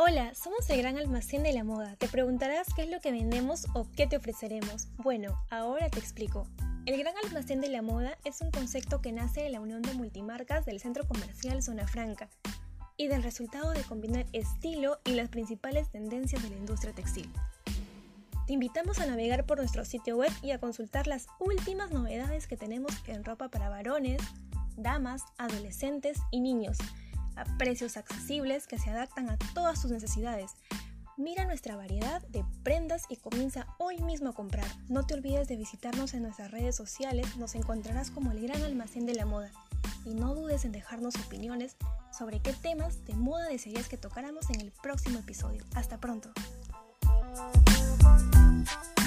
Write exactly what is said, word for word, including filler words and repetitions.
Hola, somos el Gran Almacén de la Moda. Te preguntarás qué es lo que vendemos o qué te ofreceremos. Bueno, ahora te explico. El Gran Almacén de la Moda es un concepto que nace de la unión de multimarcas del centro comercial Zona Franca y del resultado de combinar estilo y las principales tendencias de la industria textil. Te invitamos a navegar por nuestro sitio web y a consultar las últimas novedades que tenemos en ropa para varones, damas, adolescentes y niños, a precios accesibles que se adaptan a todas tus necesidades. Mira nuestra variedad de prendas y comienza hoy mismo a comprar. No te olvides de visitarnos en nuestras redes sociales, nos encontrarás como el Gran Almacén de la Moda. Y no dudes en dejarnos opiniones sobre qué temas de moda desearías que tocáramos en el próximo episodio. Hasta pronto.